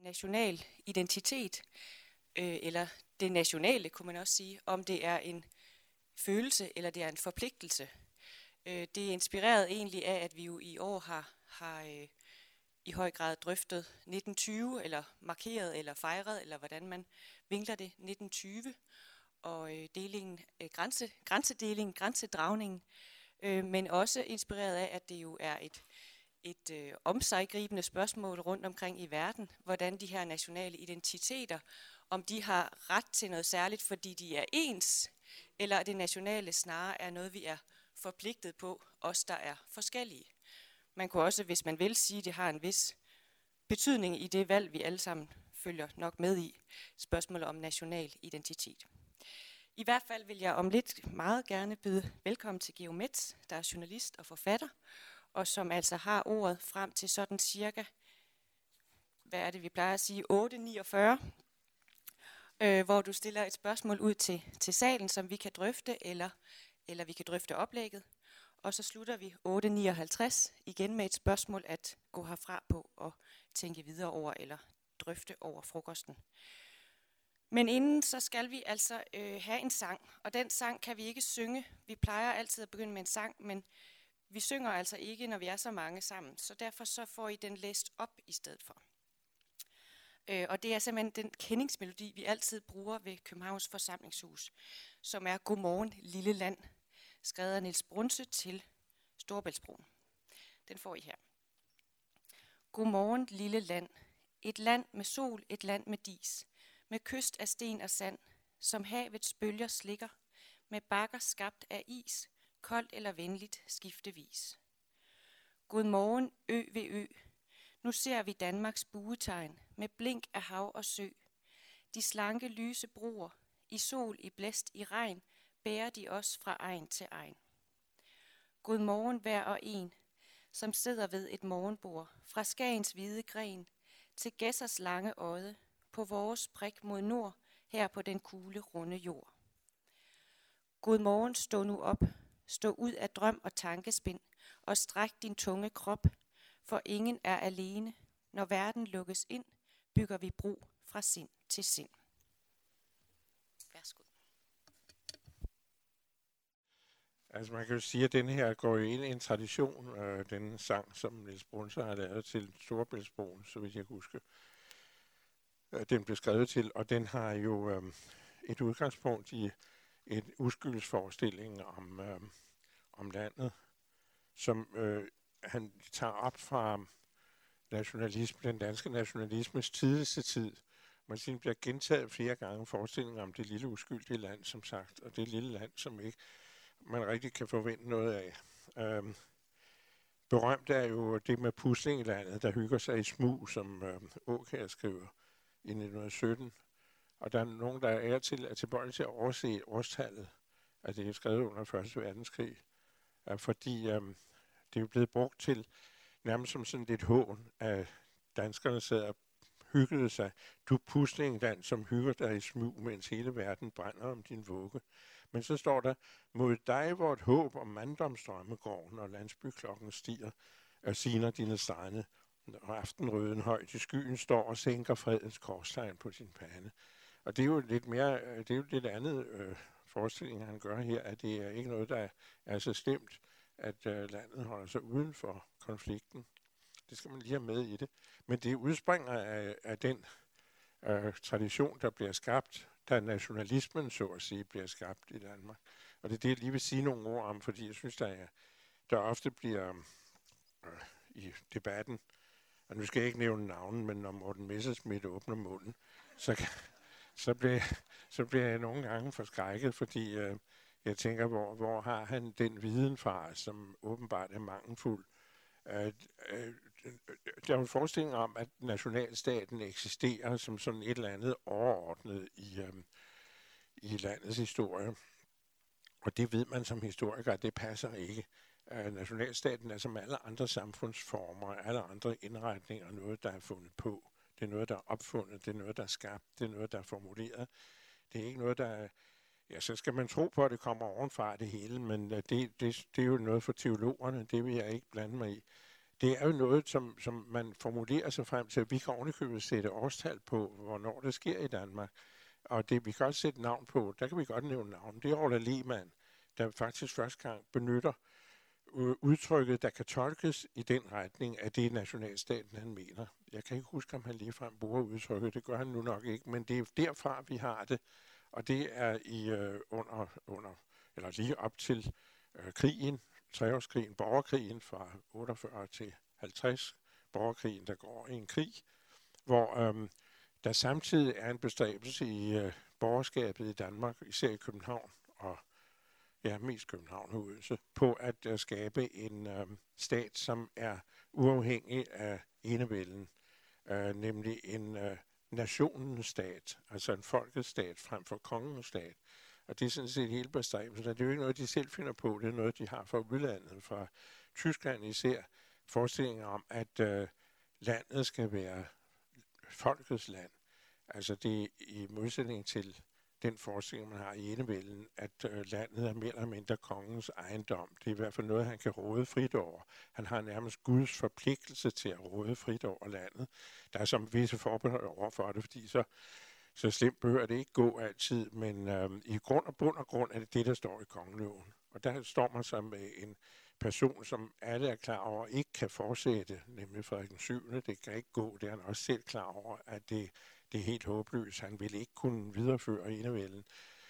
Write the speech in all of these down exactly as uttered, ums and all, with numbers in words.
national identitet, øh, eller det nationale, kunne man også sige, om det er en følelse eller det er en forpligtelse. Øh, det er inspireret egentlig af, at vi jo i år har, har øh, i høj grad drøftet nitten tyve, eller markeret, eller fejret, eller hvordan man vinkler det, nitten tyve, og øh, delingen, øh, grænse, grænsedelingen, grænsedragningen, øh, men også inspireret af, at det jo er et, et øh, omsaggribende spørgsmål rundt omkring i verden, hvordan de her nationale identiteter, om de har ret til noget særligt, fordi de er ens, eller det nationale snarere er noget, vi er forpligtet på, os der er forskellige. Man kunne også, hvis man vil sige, det har en vis betydning i det valg, vi alle sammen følger nok med i, spørgsmålet om national identitet. I hvert fald vil jeg om lidt meget gerne byde velkommen til Georg Metz, der er journalist og forfatter, og som altså har ordet frem til sådan cirka, hvad er det vi plejer at sige, otte niogfyrre, øh, hvor du stiller et spørgsmål ud til, til salen, som vi kan drøfte, eller, eller vi kan drøfte oplægget. Og så slutter vi otte nioghalvtreds igen med et spørgsmål at gå herfra på og tænke videre over, eller drøfte over frokosten. Men inden så skal vi altså øh, have en sang, og den sang kan vi ikke synge. Vi plejer altid at begynde med en sang, men vi synger altså ikke, når vi er så mange sammen. Så derfor så får I den læst op i stedet for. Øh, og det er simpelthen den kendingsmelodi, vi altid bruger ved Københavns Forsamlingshus, som er Godmorgen Lille Land, skrevet af Niels Brunse til Storebæltsbroen. Den får I her. Godmorgen Lille Land, et land med sol, et land med dis, med kyst af sten og sand, som havets bølger slikker, med bakker skabt af is, koldt eller venligt skiftevis. Godmorgen ø ved ø, nu ser vi Danmarks buetegn, med blink af hav og sø. De slanke lyse broer, i sol, i blæst, i regn, bærer de os fra egen til egen. Godmorgen hver og en, som sidder ved et morgenbord, fra Skagens hvide gren til Gæssers lange odde, på vores prik mod nord, her på den kugle runde jord. Godmorgen, stå nu op, stå ud af drøm og tankespind, og stræk din tunge krop, for ingen er alene. Når verden lukkes ind, bygger vi bro fra sind til sind. Værsgo. Altså man kan jo sige, at den her går jo ind i en tradition, øh, den sang, som Niels Brunse har lavet til Storebæltsbroen, så vidt jeg husker. Øh, den blev skrevet til, og den har jo øh, et udgangspunkt i en uskyldsforestilling om, øh, om landet, som øh, han tager op fra nationalisme, den danske nationalismes tidligste tid. Man siger, bliver gentaget flere gange forestillingen om det lille uskyldige land, som sagt, og det lille land, som ikke man rigtig kan forvente noget af. Øhm, berømt er jo det med Puslinglandet, der hygger sig i smug, som øhm, Aakjær skriver i nitten sytten. Og der er nogen, der er til at tilbøjelige til at overse årstallet, at det er skrevet under første verdenskrig, øh, fordi øhm, det er blevet brugt til nærmest som sådan lidt hån, at danskerne sidder og hyggede sig. Du Puslingland, som hygger dig i smug, mens hele verden brænder om din vugge. Men så står der, mod dig vort håb om manddomsdrømme går, når landsbyklokken stiger, og siner dine strande, og aftenrøden højt i skyen står og sænker fredens korstegn på sin pande. Og det er jo lidt mere, det er jo lidt andet øh, forestilling, han gør her, at det er ikke noget, der er så slemt, at øh, landet holder sig uden for konflikten. Det skal man lige have med i det. Men det udspringer af, af den øh, tradition, der bliver skabt, da nationalismen, så at sige, bliver skabt i Danmark. Og det er det, jeg lige vil sige nogle ord om, fordi jeg synes, der, er, der ofte bliver øh, i debatten, og nu skal jeg ikke nævne navnen, men når Morten Messerschmidt åbner munden, så, så, bliver, så bliver jeg nogle gange forskrækket, fordi øh, jeg tænker, hvor, hvor har han den viden fra, som åbenbart er mangelfuld. Øh, øh, der er en forestilling om, at nationalstaten eksisterer som sådan et eller andet overordnet i, øh, i landets historie. Og det ved man som historiker, at det passer ikke. Øh, nationalstaten er som alle andre samfundsformer, alle andre indretninger, noget, der er fundet på. Det er noget, der er opfundet, det er noget, der er skabt, det er noget, der er formuleret. Det er ikke noget, der er... Ja, så skal man tro på, at det kommer ovenfra det hele, men det, det, det er jo noget for teologerne, det vil jeg ikke blande mig i. det er jo noget, som, som man formulerer sig frem til. Vi kan ovenikøbet sætte årstal på, hvornår det sker i Danmark. Og det vi kan også sætte navn på, der kan vi godt nævne navn. Det er Orla Lehmann, der faktisk første gang benytter udtrykket, der kan tolkes i den retning, at det er nationalstaten, han mener. Jeg kan ikke huske, om han ligefrem bruger udtrykket. Det gør han nu nok ikke, men det er derfra, vi har det. Og det er i øh, under, under, eller lige op til øh, krigen, treårskrigen, borgerkrigen fra otteogfyrre til halvtreds, borgerkrigen, der går i en krig, hvor øh, der samtidig er en bestræbelse i øh, borgerskabet i Danmark, især i København og ja, mest København og Odense, på at uh, skabe en uh, stat, som er uafhængig af enevælden, uh, nemlig en uh, nationens stat, altså en folkets stat frem for kongens stat. Og det er sådan set hele bestræbelsen. Det er jo ikke noget, de selv finder på, det er noget, de har fra udlandet, fra Tyskland især, forestillinger om, at uh, landet skal være folkets land. Altså det er i modsætning til den forestilling, man har i enevælden, at øh, landet er mere eller mindre kongens ejendom. Det er i hvert fald noget, han kan råde frit over. Han har nærmest Guds forpligtelse til at råde frit over landet. Der er som visse forbehold over for det, fordi så, så slemt behøver det ikke gå altid, men øh, i grund og bund og grund er det det, der står i kongeloven. Og der står man så med en person, som alle er klar over, ikke kan fortsætte, nemlig Frederik den syvende. Det kan ikke gå, det er han også selv klar over, at det Det er helt håbløst. Han ville ikke kunne videreføre enevælden.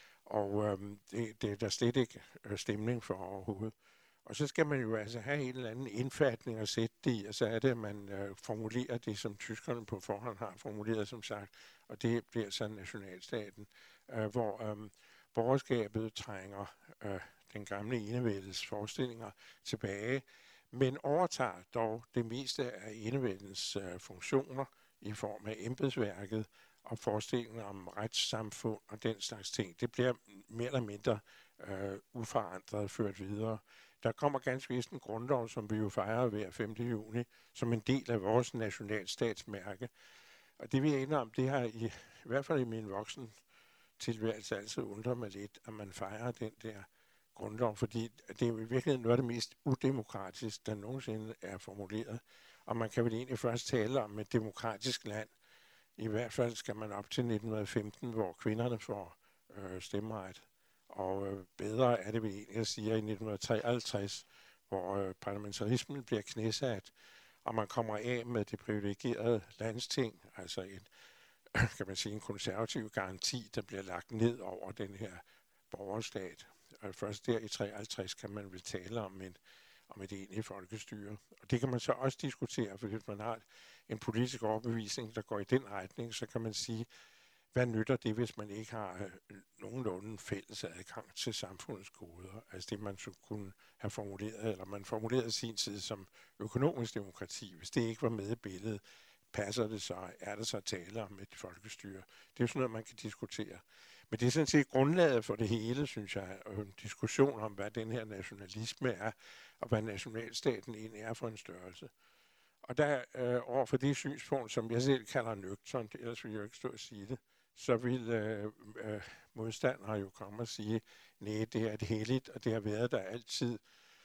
Og øhm, det, det er der slet ikke øh, stemning for overhovedet. Og så skal man jo altså have en eller anden indfatning og sætte det i, og så er det, at man øh, formulerer det, som tyskerne på forhånd har formuleret, som sagt. Og det bliver så nationalstaten, øh, hvor øh, borgerskabet trænger øh, den gamle enevældes forestillinger tilbage, men overtager dog det meste af enevældens øh, funktioner, i form af embedsværket og forestillingen om retssamfund og den slags ting. Det bliver mere eller mindre øh, uforandret ført videre. Der kommer ganske vist en grundlov, som vi jo fejrer hver femte juni, som en del af vores nationalstatsmærke. Og det vi er enige om, det har i, i hvert fald i min voksen tilværelse altid undret mig lidt, at man fejrer den der grundlov, fordi det er jo i virkeligheden noget af det mest udemokratiske, der nogensinde er formuleret. Og man kan vel egentlig først tale om et demokratisk land. I hvert fald skal man op til nitten femten, hvor kvinderne får øh, stemmeret. Og øh, bedre er det vel egentlig at sige, i nitten treoghalvtreds, hvor øh, parlamentarismen bliver knæsat, og man kommer af med det privilegerede landsting, altså en, kan man sige, en konservativ garanti, der bliver lagt ned over den her borgerstat. Og først der i treoghalvtreds kan man vel tale om en om et egentligt folkestyre. Og det kan man så også diskutere, for hvis man har en politisk overbevisning, der går i den retning, så kan man sige, hvad nytter det, hvis man ikke har øh, nogenlunde fælles adgang til samfundets goder? Altså det, man så kunne have formuleret, eller man formulerede sin tid som økonomisk demokrati. Hvis det ikke var med i billedet, passer det så, er der så tale om et folkestyre? Det er jo sådan noget, man kan diskutere. Men det er sådan set grundlaget for det hele, synes jeg, og en diskussion om, hvad den her nationalisme er, og hvad nationalstaten egentlig er for en størrelse. Og der øh, over for det synspunkt, som jeg selv kalder nøgternt, ellers vil jeg jo ikke stå og sige det, så vil øh, øh, modstandere jo komme og sige, nej, det er et helligt, og det har været der altid.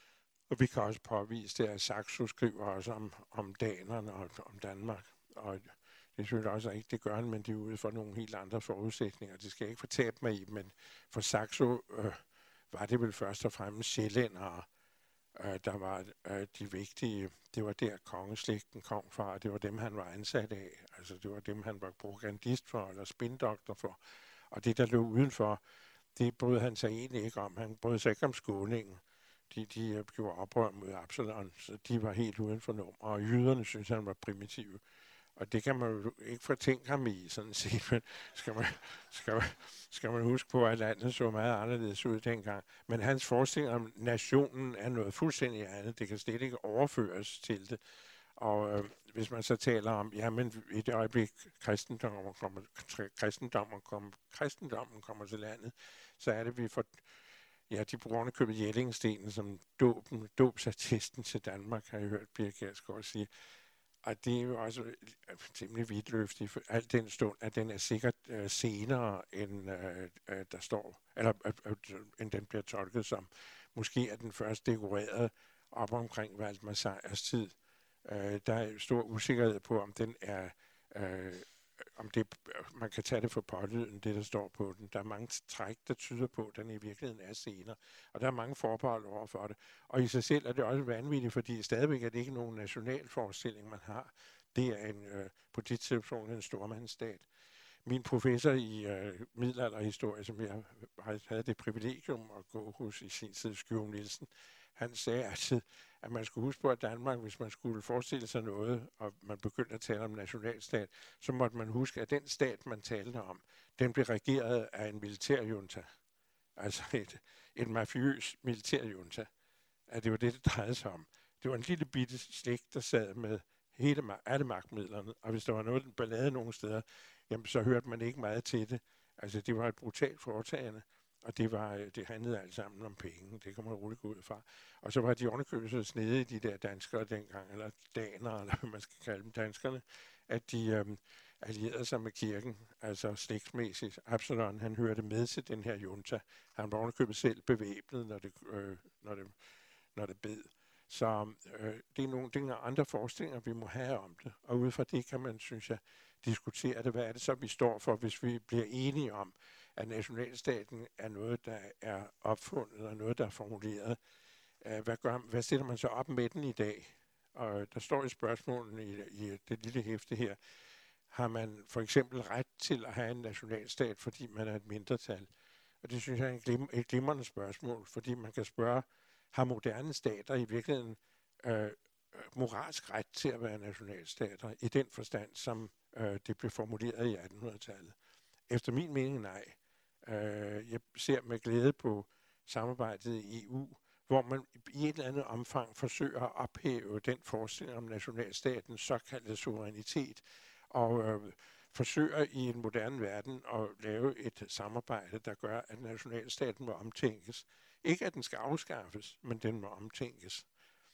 Og vi kan også påvise det, at Saxo skriver også om, om danerne og om Danmark. Og det synes jeg også ikke, det gør han, men det er ude for nogle helt andre forudsætninger. Det skal jeg ikke fortabe mig i, men for Saxo øh, var det vel først og fremmest sjællændere, øh, der var øh, de vigtige. Det var der kongeslægten kom fra, og det var dem, han var ansat af. Altså det var dem, han var propagandist for, eller spindoktor for. Og det, der lå udenfor, det brød han sig egentlig ikke om. Han brød sig ikke om skåningen. De, de gjorde oprør mod Absalon, så de var helt uden for nummer. Og jyderne synes han var primitive. Og det kan man jo ikke fortænke ham i, sådan set, men skal man, skal man, skal man huske på, at landet så meget anderledes ud dengang. Men hans forestilling om nationen er noget fuldstændig andet. Det kan slet ikke overføres til det. Og øh, hvis man så taler om, jamen i det øjeblik kristendommen kommer, kristendommen kommer, kristendommen kommer til landet, så er det, vi får, ja, de bruger købet Jellingstenen som dåben, dåbsattesten til Danmark, har jeg hørt Pia Kjærsgaard sige. Og det er jo også temmelig vidtløftigt, for alt den stund, at den er sikkert øh, senere, end øh, øh, der står, eller øh, øh, end den bliver tolket som. Måske er den først dekoreret op omkring Valdemar Sejrs tid, Øh, der er stor usikkerhed på, om den er, øh, om det, man kan tage det for pålyden, det der står på den. Der er mange træk, der tyder på, at den i virkeligheden er senere. Og der er mange forbehold over for det. Og i sig selv er det også vanvittigt, fordi stadigvæk er det ikke nogen national forestilling, man har. Det er en, øh, på dit tidspunkt en stormandsstat. Min professor i øh, middelalderhistorie, som jeg havde det privilegium at gå hos i sin tid, Skjum Nielsen, han sagde altid, at man skulle huske på, at Danmark, hvis man skulle forestille sig noget, og man begyndte at tale om nationalstat, så måtte man huske, at den stat, man talte om, den blev regeret af en militærjunta. Altså et, et mafiøs militærjunta. At det var det, det drejede sig om. Det var en lille bitte slægt, der sad med hele, alle magtmidlerne, og hvis der var noget, den ballade nogle steder, jamen så hørte man ikke meget til det. Altså det var et brutalt foretagende, og det, var, det handlede alt sammen om penge. Det kan man roligt gå ud fra. Og så var de underkøbet så snede, de der danskere dengang, eller danere, eller hvad man skal kalde dem, danskerne, at de øhm, allierede sig med kirken, altså slægtsmæssigt. Absalon, han hørte med til den her junta. Han var underkøbet selv bevæbnet, når det, øh, når det, når det bed. Så øh, det er nogle, det er nogle andre forestillinger, vi må have om det. Og ud fra det kan man, synes jeg, diskutere det. Hvad er det så, vi står for, hvis vi bliver enige om, at nationalstaten er noget, der er opfundet, og noget, der er formuleret. Hvad, gør, hvad stiller man så op med den i dag? Og der står i spørgsmålene i, i det lille hæfte her, har man for eksempel ret til at have en nationalstat, fordi man er et mindretal? Og det synes jeg er en glim, et glimrende spørgsmål, fordi man kan spørge, har moderne stater i virkeligheden øh, moralsk ret til at være nationalstater i den forstand, som øh, det blev formuleret i attenhundredetallet? Efter min mening nej. Øh, jeg ser med glæde på samarbejdet i E U, hvor man i et eller andet omfang forsøger at ophæve den forestilling om nationalstatens såkaldte suverænitet, og øh, forsøger i en moderne verden at lave et samarbejde, der gør, at nationalstaten må omtænkes. Ikke at den skal afskaffes, men den må omtænkes.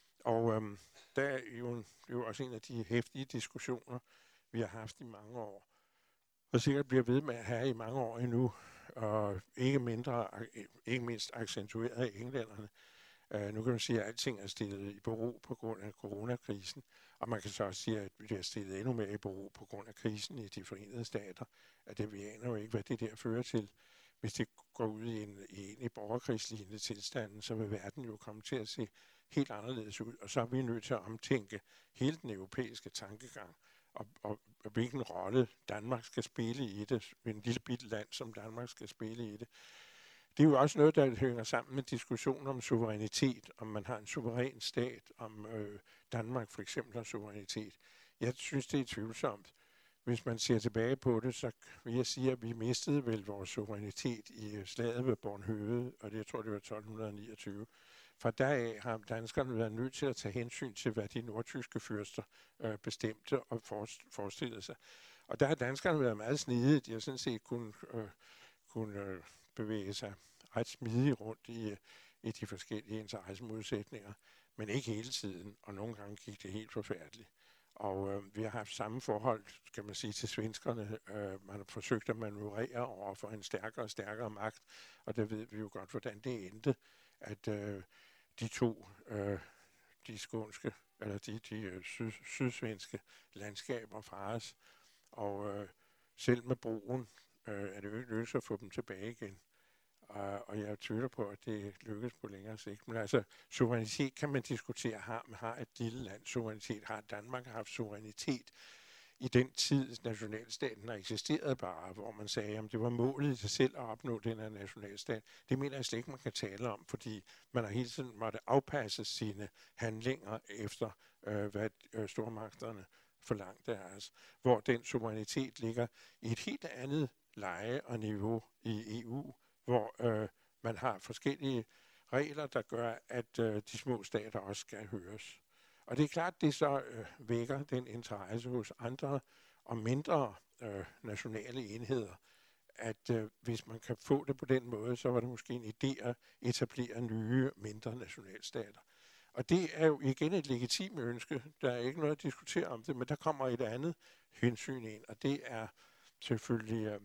Og øhm, der er jo, en, jo også en af de heftige diskussioner, vi har haft i mange år, og sikkert bliver ved med at have i mange år endnu, og ikke mindre, ikke mindst accentueret af englænderne. Uh, nu kan man sige, at alting er stillet i bero på grund af coronakrisen, og man kan så også sige, at det er stillet endnu mere i bero på grund af krisen i de forenede stater. At det vi aner jo ikke, hvad det der fører til. Hvis det går ud i en, i en i borgerkrigslignende tilstand, så vil verden jo komme til at se helt anderledes ud, og så er vi nødt til at omtænke hele den europæiske tankegang, og, og, og hvilken rolle Danmark skal spille i det, en lille bitte land som Danmark skal spille i det. Det er jo også noget, der hænger sammen med diskussionen om suverænitet, om man har en suveræn stat, om øh, Danmark for eksempel har suverænitet. Jeg synes, det er tvivlsomt. Hvis man ser tilbage på det, så vil jeg sige, at vi mistede vel vores suverænitet i slaget ved Bornhøved, og det, jeg tror, det var tolv niogtyve. Fra deraf har danskerne været nødt til at tage hensyn til, hvad de nordtyske fyrster øh, bestemte og forestillede sig. Og der har danskerne været meget snedige. De har sådan set kun, øh, kun øh, bevæge sig ret smidigt rundt i, i de forskellige interessemodsætninger, men ikke hele tiden, og nogle gange gik det helt forfærdeligt. Og øh, vi har haft samme forhold, skal man sige, til svenskerne. Øh, man har forsøgt at manøvrere over for en stærkere og stærkere magt, og der ved vi jo godt, hvordan det endte, at øh, de to, øh, de skånske, eller de, de øh, syd, sydsvenske landskaber fra os, og øh, selv med broen øh, er det jo ikke lykkedes at få dem tilbage igen. Og, og jeg tvivler på, at det lykkes på længere sigt. Men altså, suverænitet kan man diskutere. Har, har et lille land suverænitet? Har Danmark haft suverænitet i den tid, nationalstaten har eksisteret bare, hvor man sagde, at det var målet i sig selv at opnå den her nationalstat? Det mener jeg slet ikke, man kan tale om, fordi man har hele tiden måtte afpasse sine handlinger efter, øh, hvad øh, stormagterne forlangte af os. Hvor den suverænitet ligger i et helt andet leje og niveau i E U, hvor øh, man har forskellige regler, der gør, at øh, de små stater også skal høres. Og det er klart, det så øh, vækker den interesse hos andre og mindre øh, nationale enheder, at øh, hvis man kan få det på den måde, så var det måske en idé at etablere nye, mindre nationalstater. Og det er jo igen et legitimt ønske. Der er ikke noget at diskutere om det, men der kommer et andet hensyn ind, og det er selvfølgelig øh,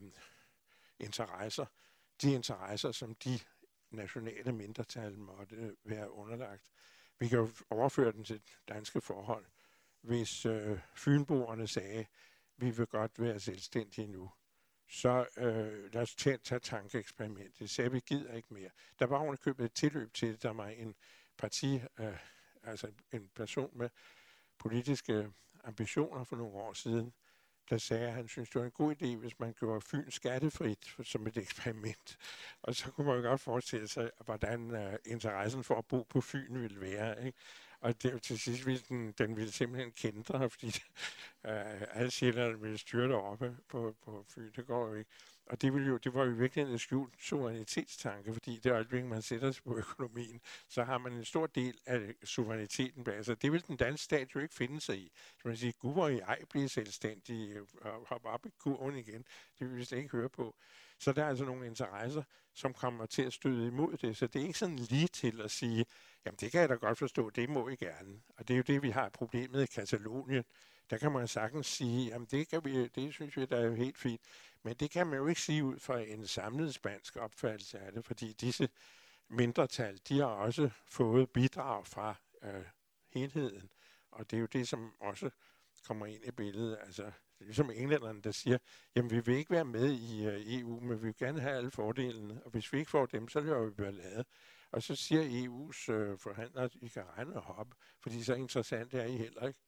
interesser. De interesser, som de nationale mindretal måtte være underlagt. Vi kan jo overføre den til danske forhold. hvis øh, fynboerne sagde, vi vil godt være selvstændige nu, så øh, lad os tage, tage tankeeksperimentet. Det sagde, vi gider ikke mere. Der var ovenikøbet et tilløb til, der var en parti, øh, altså en person med politiske ambitioner for nogle år siden, der sagde, at han synes, det var en god idé, hvis man gjorde Fyn skattefrit som et eksperiment. Og så kunne man jo godt forestille sig, hvordan uh, interessen for at bo på Fyn ville være. Ikke? Og det, til sidst ville den, den ville simpelthen kendre, fordi uh, alle sjælderne ville styrte oppe på, på Fyn. Det går jo ikke. Og det, ville jo, det var jo virkelig en skjult suverænitetstanke, fordi det øjeblik, man sætter sig på økonomien, så har man en stor del af suveræniteten bag sig. Det vil den danske stat jo ikke finde sig i. Så man siger, gud hvor I ej blive selvstændige og hoppe op i kurven igen. Det vil vi slet ikke høre på. Så der er altså nogle interesser, som kommer til at støde imod det. Så det er ikke sådan lige til at sige, jamen det kan jeg da godt forstå, det må I gerne. Og det er jo det, vi har problemet i Katalonien. Der kan man sagtens sige, jamen det, kan vi, det synes vi, der er jo helt fint. Men det kan man jo ikke sige ud fra en samlet spansk opfattelse af det, fordi disse mindretal, de har også fået bidrag fra øh, helheden. Og det er jo det, som også kommer ind i billedet. Altså, det er ligesom englænderne, der siger, jamen vi vil ikke være med i uh, E U, men vi vil gerne have alle fordelene. Og hvis vi ikke får dem, så lader vi ballade. Og så siger E U's øh, forhandlere, at I kan regne og hoppe, fordi så interessant er I heller ikke.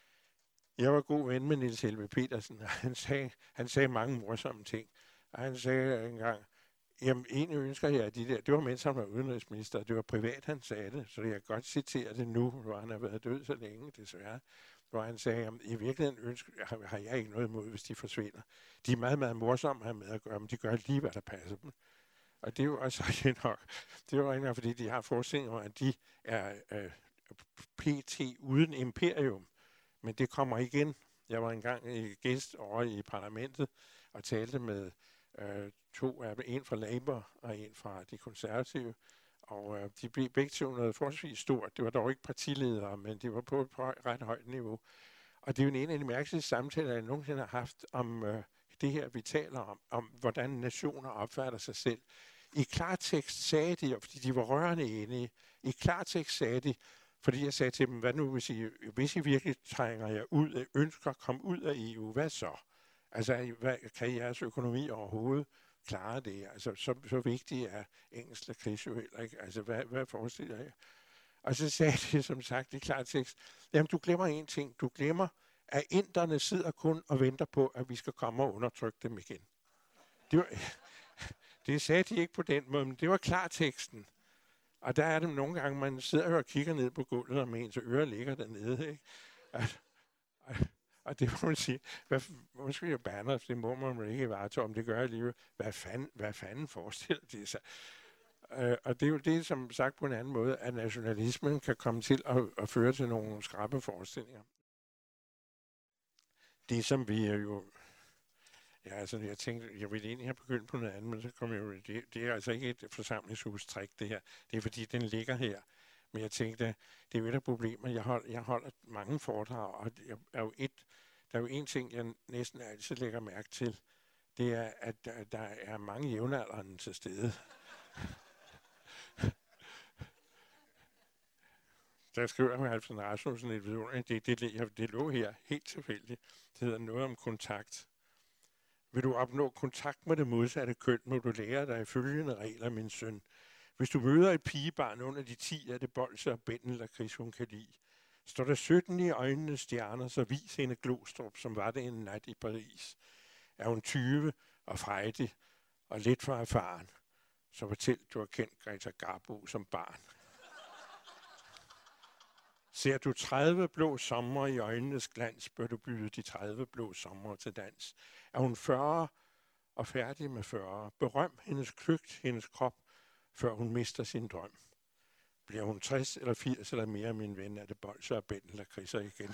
Jeg var god ven med Niels Helveg Petersen, og han sagde, han sagde mange morsomme ting. Og han sagde engang, jamen egentlig ønsker jeg de der, det var mens han var udenrigsminister, det var privat, han sagde det, så jeg kan godt citere det nu, hvor han har været død så længe, desværre. Hvor han sagde, jamen i virkeligheden ønsker, har jeg ikke noget imod, hvis de forsvinder. De er meget, meget morsomme at have med at gøre, men de gør lige, hvad der passer dem. Og det er jo også rigtig nok, det er jo rigtig nok, fordi de har forestillinger om, at de er øh, P T uden imperium. Men det kommer igen. Jeg var engang gæst over i parlamentet og talte med øh, to af dem, en fra Labour og en fra de konservative. Og øh, de blev begge to noget forholdsvis stort. Det var dog ikke partiledere, men de var på et ret højt niveau. Og det er jo en af de mærkeligste samtaler, jeg nogensinde har haft om øh, det her, vi taler om, om hvordan nationer opfatter sig selv. I klartekst sagde de, fordi de var rørende enige, i klartekst sagde de, fordi jeg sagde til dem, hvad nu hvis I, hvis I virkelig trænger jer ud, ønsker at komme ud af E U, hvad så? Altså, hvad, kan jeres økonomi overhovedet klare det? Altså, så, så vigtigt er engelsk lakrids jo heller ikke. Altså, hvad, hvad forestiller jeg? Og så sagde de, som sagt, i klartekst, jamen, du glemmer en ting. Du glemmer, at inderne sidder kun og venter på, at vi skal komme og undertrykke dem igen. Det, var, det sagde de ikke på den måde, men det var klarteksten. Og der er det nogle gange, man sidder og kigger ned på gulvet, og med ens ører ligger dernede, ikke? Og, og, og det må man sige, hvad, måske jeg banner, det må man ikke vare om, det gør jeg alligevel. Hvad fanden, hvad fanden forestiller de sig? Uh, og det er jo det, som sagt på en anden måde, at nationalismen kan komme til at, at føre til nogle skrappe forestillinger. Det som vi er jo... Ja, altså jeg tænkte, jeg ville egentlig have begyndt på noget andet, men så kom jeg jo, det, det er altså ikke et forsamlingshustrik, det her. Det er fordi, den ligger her. Men jeg tænkte, det er jo et af problemer. Jeg holder, jeg holder mange foredrag, og jeg er jo et, der er jo en ting, jeg næsten altid lægger mærke til. Det er, at der, der er mange jævnaldrende til stede. Der skriver med Alfred Rasmussen et vidunderligt, det, det, det, det lå her helt tilfældigt. Det hedder noget om kontakt. Vil du opnå kontakt med det modsatte køn, må du lære dig følgende regler, min søn. Hvis du møder et pigebarn under de ti, er det bolse og bændel og kris, hun kan lide. Står der sytten i øjnene stjerner, så vis hende Glostrup, som var det en nat i Paris. Er hun tyve og frejdig og lidt for erfaren, så fortæl, du har kendt Greta Garbo som barn. Ser du tredive blå sommer i øjnenes glans, bør du byde de tredive blå sommer til dans. Er hun fyrre og færdig med fyrre, berøm hendes kløgt, hendes krop, før hun mister sin drøm. Bliver hun tres eller firs eller mere, min ven, er det bolser og bændel og kriser igen.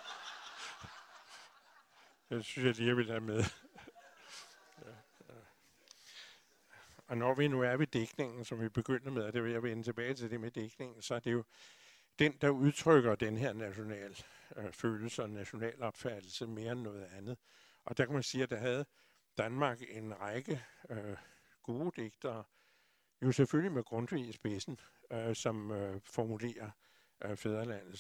Det synes jeg lige, jeg vil have med. Ja, ja. Og når vi nu er ved digtningen, som vi begynder med, og det vil jeg vende tilbage til det med digtningen, så er det jo den, der udtrykker den her national øh, følelse og national opfattelse mere end noget andet. Og der kan man sige, at der havde Danmark en række øh, gode digtere, jo selvfølgelig med Grundtvig i spidsen, øh, som øh, formulerer øh, fædrelandets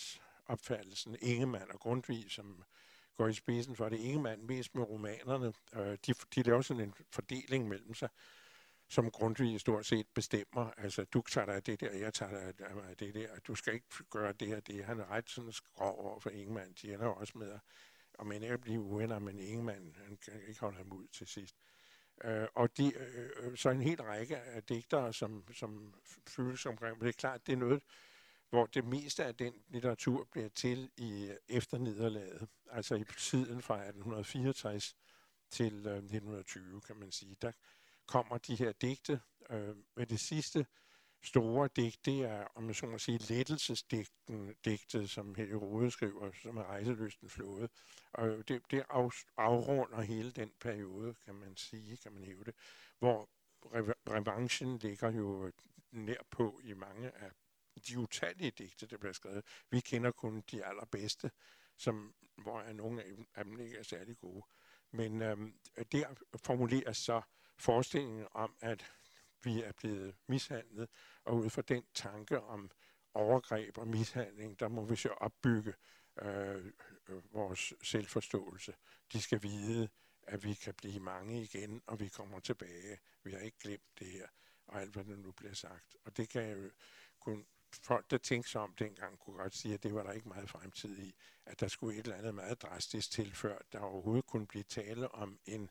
opfattelsen. Ingemann og Grundtvig, som går i spidsen for det. Ingemann mest med romanerne. Øh, de, de laver sådan en fordeling mellem sig, som Grundtvig stort set bestemmer. Altså, du tager dig af det der, jeg tager dig af det der. Du skal ikke gøre det og det. Han er ret sådan skrov over for Ingemann. De ender også med at, og man ikke blive uvenner, men Ingemann, han kan ikke holde ham ud til sidst. Øh, og de, øh, så en hel række af digtere, som, som føles omkring, men det er klart, det er noget, hvor det meste af den litteratur bliver til i efter nederlaget, altså i tiden fra atten fireogtres til øh, nitten tyve, kan man sige. Der kommer de her digte, øh, med det sidste store digt, det er, om man så må sige, lettelsesdigten, digtet, som Helge Rode skriver, som er Rejselysten flåde. Og det, det af, afrunder hele den periode, kan man sige, kan man hæve det, hvor revanchen ligger jo nær på i mange af de utallige digte, der bliver skrevet. Vi kender kun de allerbedste, som, hvor er nogle af dem ikke er særlig gode. Men øhm, der formuleres så forestillingen om, at vi er blevet mishandlet, og ud fra den tanke om overgreb og mishandling, der må vi så opbygge øh, vores selvforståelse. De skal vide, at vi kan blive mange igen, og vi kommer tilbage. Vi har ikke glemt det her, og alt hvad der nu bliver sagt. Og det kan jo kun folk, der tænkte sig om dengang, kunne godt sige, at det var der ikke meget fremtid i, at der skulle et eller andet meget drastisk til, før der overhovedet kunne blive tale om en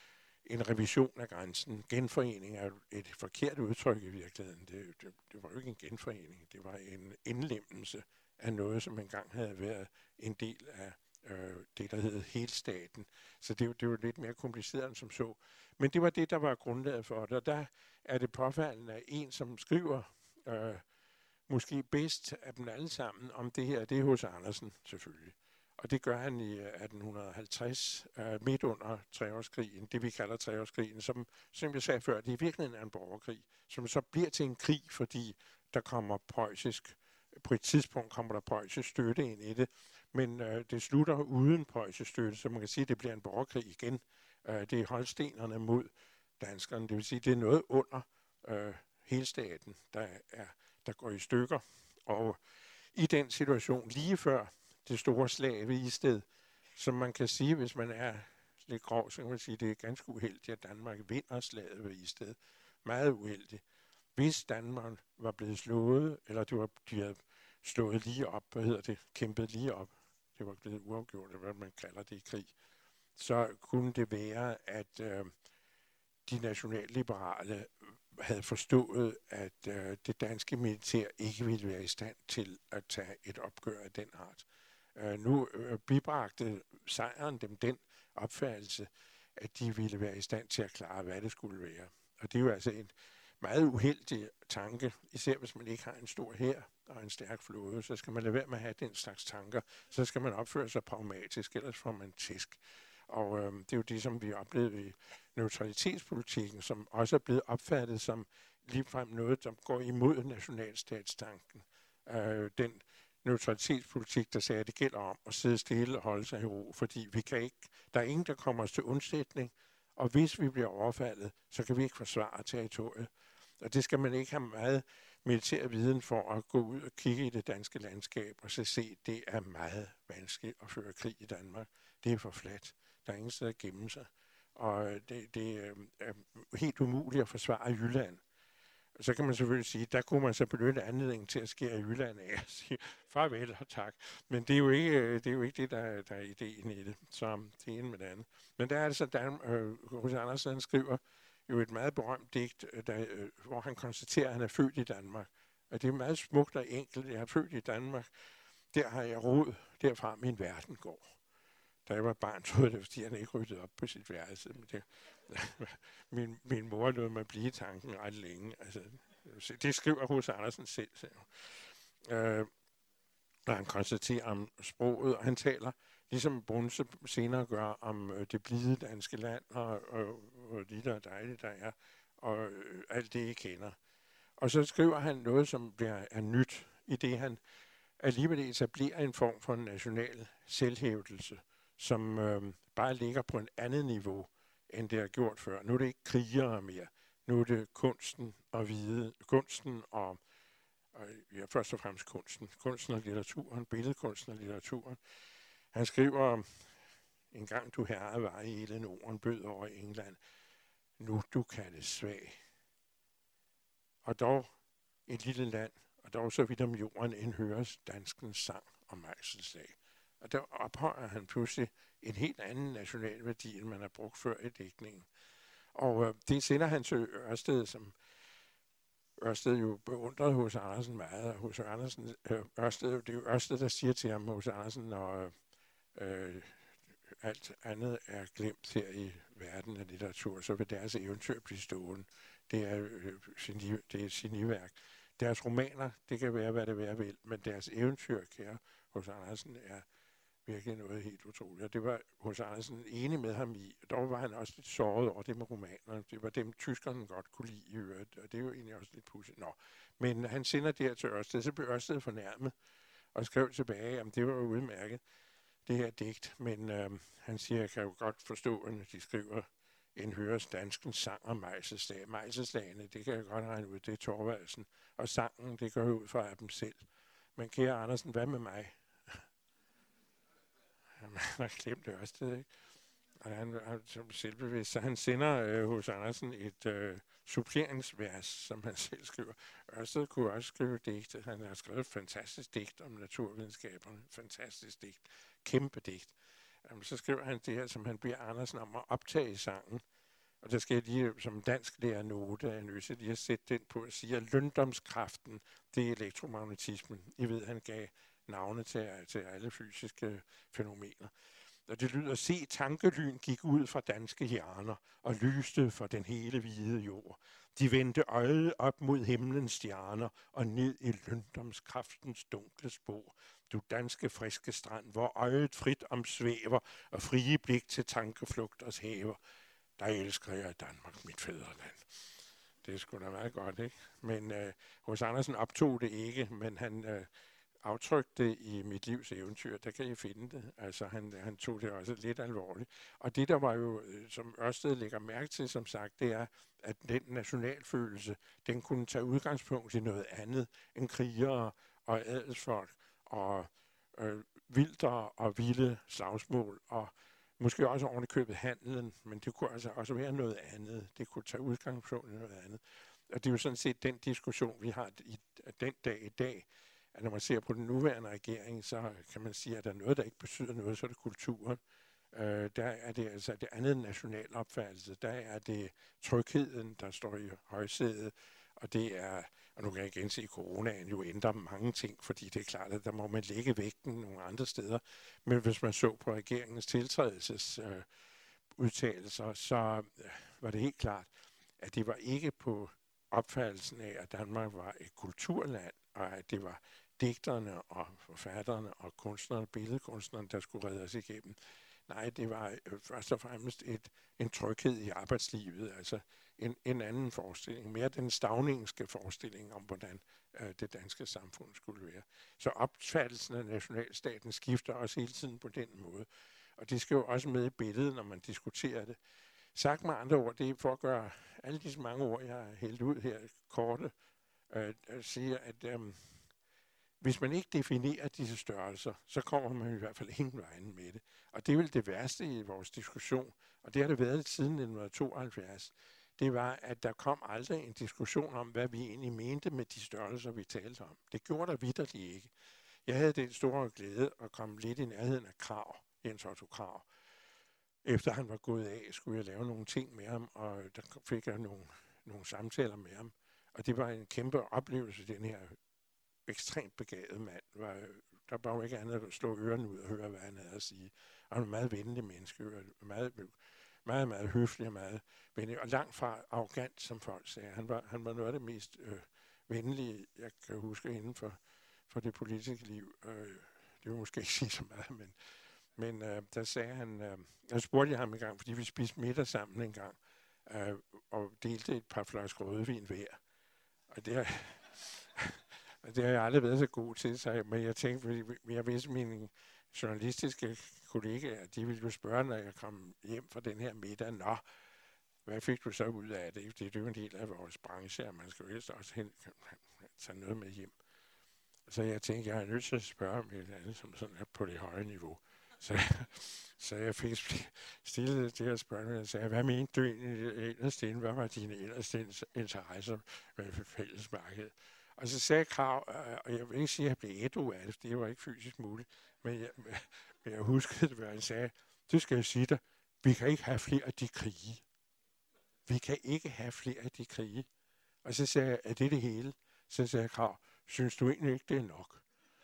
En revision af grænsen. Genforening er et forkert udtryk i virkeligheden. Det, det, det var jo ikke en genforening. Det var en indlemmelse af noget, som engang havde været en del af øh, det, der hed helstaten. Så det, det var lidt mere kompliceret end som så. Men det var det, der var grundlaget for det. Og der er det påfaldende, at en, som skriver øh, måske bedst af dem alle sammen om det her, det er H C Andersen selvfølgelig. Og det gør han i atten halvtreds, øh, midt under treårskrigen, det vi kalder treårskrigen, som, som jeg sagde før, det i virkeligheden er en borgerkrig, som så bliver til en krig, fordi der kommer preussisk, på et tidspunkt kommer der preussisk støtte ind i det, men øh, det slutter uden preussisk støtte, så man kan sige, at det bliver en borgerkrig igen. Øh, det er holstenerne mod danskerne, det vil sige, det er noget under øh, helstaten, der, er, der går i stykker, og i den situation lige før det store slag ved Isted, som man kan sige, hvis man er lidt grov, så kan man sige, at det er ganske uheldigt, at Danmark vinder slaget ved Isted. Meget uheldigt. Hvis Danmark var blevet slået, eller det var, de havde slået lige op, hvad hedder det, kæmpet lige op, det var blevet uafgjort, hvad man kalder det i krig, så kunne det være, at øh, de nationalliberale havde forstået, at øh, det danske militær ikke ville være i stand til at tage et opgør af den art. Uh, nu uh, bibragte sejren dem den opfattelse, at de ville være i stand til at klare, hvad det skulle være. Og det er jo altså en meget uheldig tanke, især hvis man ikke har en stor hær og en stærk flåde, så skal man lade være med at have den slags tanker. Så skal man opføre sig pragmatisk, ellers får man tæsk. Og øh, det er jo det, som vi oplevede i neutralitetspolitikken, som også er blevet opfattet som ligefrem noget, der går imod nationalstatstanken. Øh, den neutralitetspolitik, der sagde, at det gælder om at sidde stille og holde sig i ro, fordi vi kan ikke, der er ingen, der kommer os til undsætning, og hvis vi bliver overfaldet, så kan vi ikke forsvare territoriet. Og det skal man ikke have meget militær viden for at gå ud og kigge i det danske landskab, og så se, at det er meget vanskeligt at føre krig i Danmark. Det er for fladt. Der er ingen sted at gemme sig. Og det, det er helt umuligt at forsvare Jylland. Så kan man selvfølgelig sige, der kunne man så benytte anledningen til at skære i Jylland af og sige farvel og tak. Men det er jo ikke det, er jo ikke det der, der er ideen i det, så det ene med det andet. Men der er det så, H C Andersen skriver jo et meget berømt digt, der, øh, hvor han konstaterer, at han er født i Danmark. Og det er meget smukt og enkelt. Jeg er født i Danmark. Der har jeg rod, derfra min verden går. Da jeg var barn, troede jeg, det var, fordi han ikke ryddede op på sit værelse. Men det, min, min mor lod mig blive i tanken ret længe. Altså, det skriver H C Andersen selv. Øh, og han konstaterer om sproget, og han taler, ligesom Brunse senere gør, om øh, det blide danske land, og, og hvor lille og dejligt der er, og øh, alt det, I kender. Og så skriver han noget, som bliver, er nyt, i det han alligevel etablerer en form for en national selvhævdelse, som øh, bare ligger på et andet niveau, end det har gjort før. Nu er det ikke krigere mere. Nu er det kunsten og vide, kunsten og og ja, først og fremmest kunsten. Kunsten og litteraturen, billedkunsten og litteraturen. Han skriver, en gang du herre var i hele Norden, bød over England, nu du kaldes svag. Og dog et lille land, og dog så vidt om jorden end høres danskens sang om mejselslag. Og der ophøjer han pludselig en helt anden national værdi, end man har brugt før i digtningen. Og øh, det sender han til Ørsted, som Ørsted jo beundrede hos Andersen meget. Og hos Andersen, øh, Ørsted, det er jo Ørsted, der siger til ham hos Andersen, når øh, alt andet er glemt her i verden af litteratur, så vil deres eventyr blive stående. Det er, øh, geni, det er et geniværk. Deres romaner, det kan være, hvad det være vil, men deres eventyr, kære hos Andersen, er virkelig noget helt utroligt. Og det var hos Andersen enig med ham i. Dog var han også lidt såret over det med romanerne. Det var dem, tyskerne godt kunne lide i øvrigt, og det er jo egentlig også lidt pudsigt. Nå, men han sender der til Ørsted, så blev Ørsted fornærmet og skrev tilbage, at det var jo udmærket, det her digt. Men øh, han siger, jeg kan jo godt forstå, at de skriver, en høres danskens sang om mejselslag. Mejselslagene, det kan jeg godt regne ud, det er Thorvaldsen. Og sangen, det går ud fra dem selv. Men kære Andersen, hvad med mig? Han har glemt det også, ikke? Og han er selvbevidst, så han sender øh, hos Andersen et øh, suppleringsvers, som han selv skriver. Ørsted kunne også skrive digte. Han har skrevet et fantastisk digt om naturvidenskaberne. Fantastisk digt. Kæmpe digt. Jamen, så skriver han det her, som han beder Andersen om at optage i sangen. Og der skal jeg lige som dansk lærer note, jeg nødt lige at sætte den på og sige, at løndomskraften, det er elektromagnetismen. I ved, han gav navne til, til alle fysiske fænomener. Og det lyder, se tankelyn gik ud fra danske hjerner og lyste for den hele hvide jord. De vendte øjet op mod himlens stjerner og ned i løndomskraftens dunkle spor. Du danske friske strand, hvor øjet frit omsvæver og frie blik til tankeflugters hæver. Der elsker jeg Danmark, mit fædreland. Det er sgu da meget godt, ikke? Men øh, hos Andersen optog det ikke, men han øh, aftrykte det i Mit livs eventyr. Der kan I finde det. Altså, han, han tog det også lidt alvorligt. Og det, der var jo, øh, som Ørsted lægger mærke til, som sagt, det er, at den nationalfølelse, den kunne tage udgangspunkt i noget andet end krigere og adelsfolk og øh, vildere og vilde slagsmål og måske også oven i købet handelen, men det kunne altså også være noget andet. Det kunne tage udgangspunkt i noget andet. Og det er jo sådan set den diskussion, vi har i den dag i dag, at når man ser på den nuværende regering, så kan man sige, at der er noget, der ikke betyder noget, så er det kulturen. Øh, der er det altså det andet national opfattelse. Der er det trygheden, der står i højsædet, og det er, og nu kan jeg igen se, at coronaen jo ændrer mange ting, fordi det er klart, at der må man lægge vægten nogle andre steder. Men hvis man så på regeringens tiltrædelses øh, udtalelser, så øh, var det helt klart, at det var ikke på opfattelsen af, at Danmark var et kulturland, og at det var digterne og forfatterne og kunstnerne, billedkunstnerne, der skulle redde os igennem. Nej, det var øh, først og fremmest et, en tryghed i arbejdslivet, altså en, en anden forestilling, mere den stavningske forestilling om, hvordan øh, det danske samfund skulle være. Så opfattelsen af nationalstaten skifter også hele tiden på den måde, og det skal jo også med i billedet, når man diskuterer det. Sagt med andre ord, det er for at gøre alle disse mange ord, jeg har hældt ud her, korte, øh, siger, at øh, hvis man ikke definerer disse størrelser, så kommer man i hvert fald ingen vejen med det. Og det er vel det værste i vores diskussion, og det har det været siden nitten tooghalvfjerds. Det var, at der kom aldrig en diskussion om, hvad vi egentlig mente med de størrelser, vi talte om. Det gjorde der vitterligt ikke. Jeg havde den store glæde at komme lidt i nærheden af Krag, Jens Otto Krag. Efter han var gået af, skulle jeg lave nogle ting med ham, og der fik jeg nogle, nogle samtaler med ham. Og det var en kæmpe oplevelse, den her ekstremt begavet mand. Var, der var jo ikke andet at slå ørerne ud og høre, hvad han havde at sige. Og han var en meget venlig menneske, meget, meget, meget høflig og meget venlig, og langt fra arrogant, som folk sagde. Han var, han var noget af det mest øh, venlige, jeg kan huske inden for, for det politiske liv. Øh, det vil måske ikke sige så meget, men, men øh, der sagde han, øh, jeg spurgte jeg ham en gang, fordi vi spiste middag sammen en gang, øh, og delte et par flasker rødvin hver. Og det har, det har jeg aldrig været så god til, så, men jeg tænkte, fordi jeg vidste, mine journalistiske kollegaer, de ville jo spørge, når jeg kom hjem fra den her middag, nå, hvad fik du så ud af det? Det er jo en del af vores branche, og man skal jo helst også hen, tage noget med hjem. Så jeg tænkte, jeg er nødt til at spørge om et eller andet, som sådan er på det høje niveau. Så, så jeg fik stillet det her spørgsmål, og sagde, hvad mente du egentlig inderst inde? Hvad var dine inderste interesser med fællesmarkedet? Og så sagde Krag, og jeg vil ikke sige, at jeg blev ædru af det, det var ikke fysisk muligt, men jeg, men jeg huskede det, hvad han sagde, det skal jeg sige dig, vi kan ikke have flere af de krige. Vi kan ikke have flere af de krige. Og så sagde jeg, er det det hele? Så sagde Krag, synes du egentlig ikke, det er nok?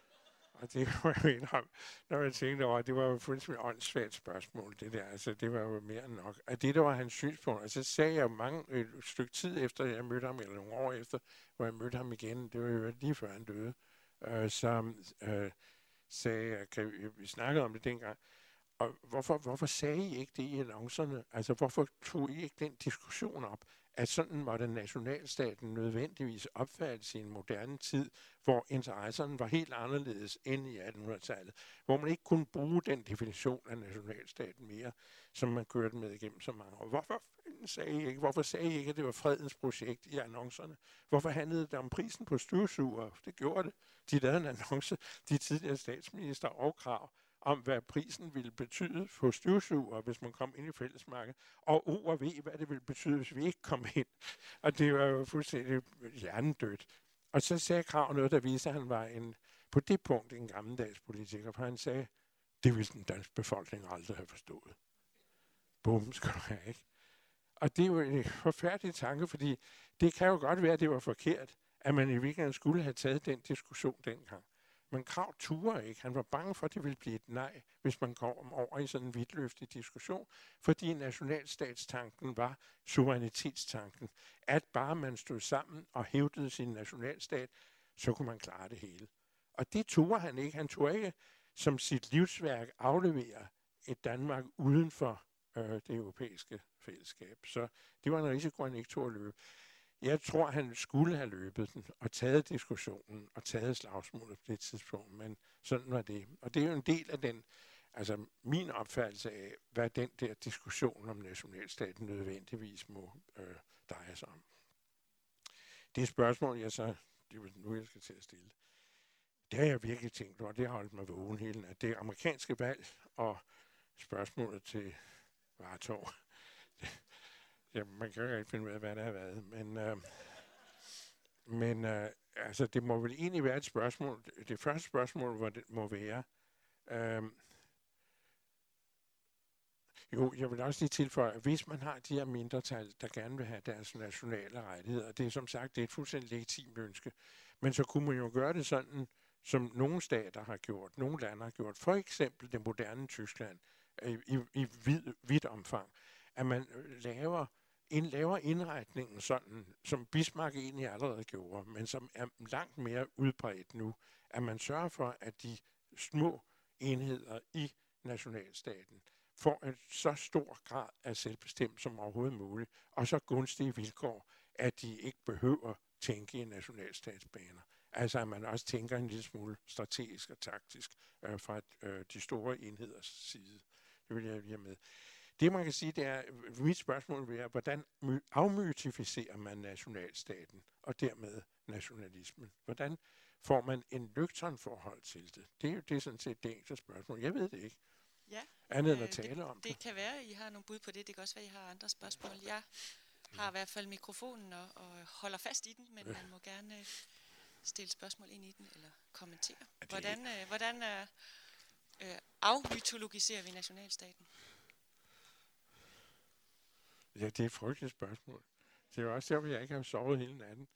Og det var jo indrømme, når jeg tænkte over, det var jo fuldstændig åndssvagt spørgsmål, det der. Altså, det var jo mere end nok. Og det, der var hans synspunkt, og så sagde jeg mange, et stykke tid efter, jeg mødte ham, eller nogle år efter, hvor jeg mødte ham igen, det var jo lige før han døde, øh, så øh, sagde jeg, kan vi, vi snakkede om det dengang, og hvorfor, hvorfor sagde I ikke det i annoncerne? Altså, hvorfor tog I ikke den diskussion op, at sådan måtte nationalstaten nødvendigvis opfattes i en moderne tid, hvor interesserne var helt anderledes end i attenhundredetallet, hvor man ikke kunne bruge den definition af nationalstaten mere, som man kørte med igennem så mange år. Hvorfor sagde I ikke, hvorfor sagde I ikke, at det var fredens projekt i annoncerne? Hvorfor handlede det om prisen på støvsuger? Det gjorde det. De lavede en annonce, de tidligere statsminister og Krag, om hvad prisen ville betyde for støvsuger, hvis man kom ind i fællesmarkedet, og O og V, hvad det ville betyde, hvis vi ikke kom ind. Og det var jo fuldstændig hjernedødt. Og så sagde Krag noget, der viste, at han var en, på det punkt en gammeldags politiker, for han sagde, det ville den danske befolkning aldrig have forstået. Bum, skal du have, ikke? Og det er jo en forfærdelig tanke, fordi det kan jo godt være, at det var forkert, at man i virkeligheden skulle have taget den diskussion dengang. Men Krag turde ikke. Han var bange for, at det ville blive et nej, hvis man kom over i sådan en vidtløftig diskussion, fordi nationalstatstanken var suverænitetstanken. At bare man stod sammen og hævdede sin nationalstat, så kunne man klare det hele. Og det turde han ikke. Han turde ikke som sit livsværk aflevere et Danmark uden for øh, det europæiske fællesskab. Så det var en risiko, han ikke turde at løbe. Jeg tror, han skulle have løbet den og taget diskussionen og taget slagsmålet på det tidspunkt, men sådan var det. Og det er jo en del af den, altså min opfattelse af, hvad den der diskussion om nationalstaten nødvendigvis må øh, dreje sig om. Det spørgsmål, jeg så, det er nu, jeg skal til at stille, det har jeg virkelig tænkt over, det har holdt mig vågen hele natten. Det amerikanske valg og spørgsmålet til Vartov. Ja, man kan jo ikke finde ud af, hvad der har været, men, øh, men øh, altså, det må vel egentlig være et spørgsmål. Det første spørgsmål, hvor det må være, øh, jo, jeg vil også lige tilføje, at hvis man har de her mindretal, der gerne vil have deres nationale rettigheder, det er som sagt det er et fuldstændig legitimt ønske, men så kunne man jo gøre det sådan, som nogle stater har gjort, nogle lande har gjort, for eksempel det moderne Tyskland, i, i, i vid, vidt omfang, at man laver en laver indretningen sådan, som Bismarck egentlig allerede gjorde, men som er langt mere udbredt nu, at man sørger for, at de små enheder i nationalstaten får en så stor grad af selvbestemmelse som overhovedet muligt, og så gunstige vilkår, at de ikke behøver tænke i nationalstatsbaner. Altså at man også tænker en lille smule strategisk og taktisk øh, fra øh, de store enheders side. Det vil jeg lige have med. Det man kan sige, det er, mit spørgsmål vil være, hvordan afmytificerer man nationalstaten og dermed nationalismen? Hvordan får man en nøgtern forhold til det? Det er jo det er sådan set det enkelte spørgsmål. Jeg ved det ikke. Ja, andet end at øh, tale det, om det. Det kan være, at I har nogle bud på det. Det kan også være, at I har andre spørgsmål. Jeg har i hvert fald mikrofonen og, og holder fast i den, men øh. man må gerne stille spørgsmål ind i den eller kommentere. Hvordan, øh, hvordan øh, øh, afmytologiserer vi nationalstaten? Ja, det er et frygteligt spørgsmål. Det er jo også derfor, jeg ikke har sovet hele natten.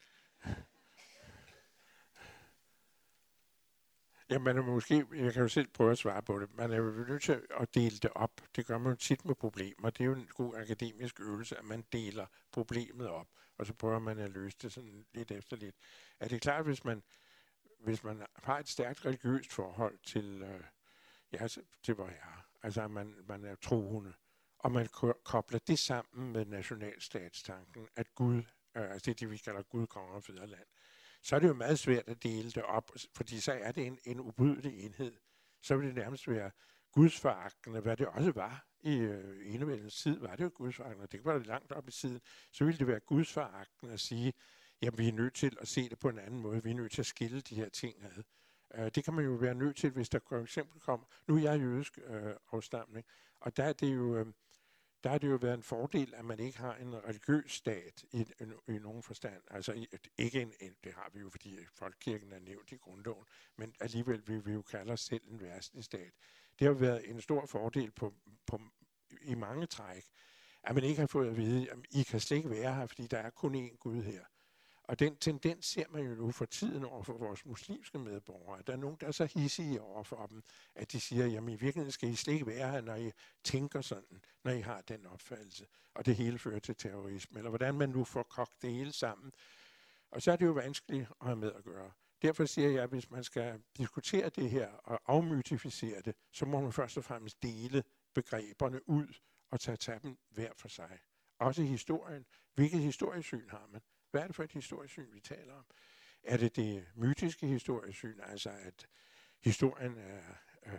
Ja, man er måske, jeg kan jo selv prøve at svare på det, man er jo nødt til at dele det op. Det gør man jo tit med problemer. Det er jo en god akademisk øvelse, at man deler problemet op, og så prøver man at løse det sådan lidt efter lidt. Er det klart, hvis man, hvis man har et stærkt religiøst forhold til, øh, ja, til vor herre, altså man, man er troende, og man kobler det sammen med nationalstatstanken, at Gud, øh, altså det, det vi kalder Gud, konge og fædreland, så er det jo meget svært at dele det op, fordi så er det en, en ubrydelig enhed. Så vil det nærmest være gudsforagtende, hvad det også var i øh, enevældens tid, var det jo gudsforagtende, det var det langt op i tiden, så ville det være gudsforagtende at sige, jamen vi er nødt til at se det på en anden måde, vi er nødt til at skille de her ting ad. Uh, det kan man jo være nødt til, hvis der for eksempel kommer... Nu er jeg jødisk uh, afstamning, og der er det jo... Uh, Der har det jo været en fordel, at man ikke har en religiøs stat i, i, i nogen forstand. Altså i, ikke en, en, det har vi jo, fordi folkekirken er nævnt i grundloven, men alligevel vil vi jo kalde os selv en verdslig stat. Det har været en stor fordel på, på, i mange træk, at man ikke har fået at vide, at I kan slet ikke være her, fordi der er kun én Gud her. Og den tendens ser man jo nu for tiden over for vores muslimske medborgere. Der er nogen, der er så hissige over for dem, at de siger, jamen i virkeligheden skal I slet ikke være her, når I tænker sådan, når I har den opfattelse. Og det hele fører til terrorisme. Eller hvordan man nu får kogt det hele sammen. Og så er det jo vanskeligt at have med at gøre. Derfor siger jeg, at hvis man skal diskutere det her og afmytificere det, så må man først og fremmest dele begreberne ud og tage, tage dem hver for sig. Også historien. Hvilket historiesyn har man? Hvad er det for et historiesyn, vi taler om? Er det det mytiske historiesyn, altså at historien er, er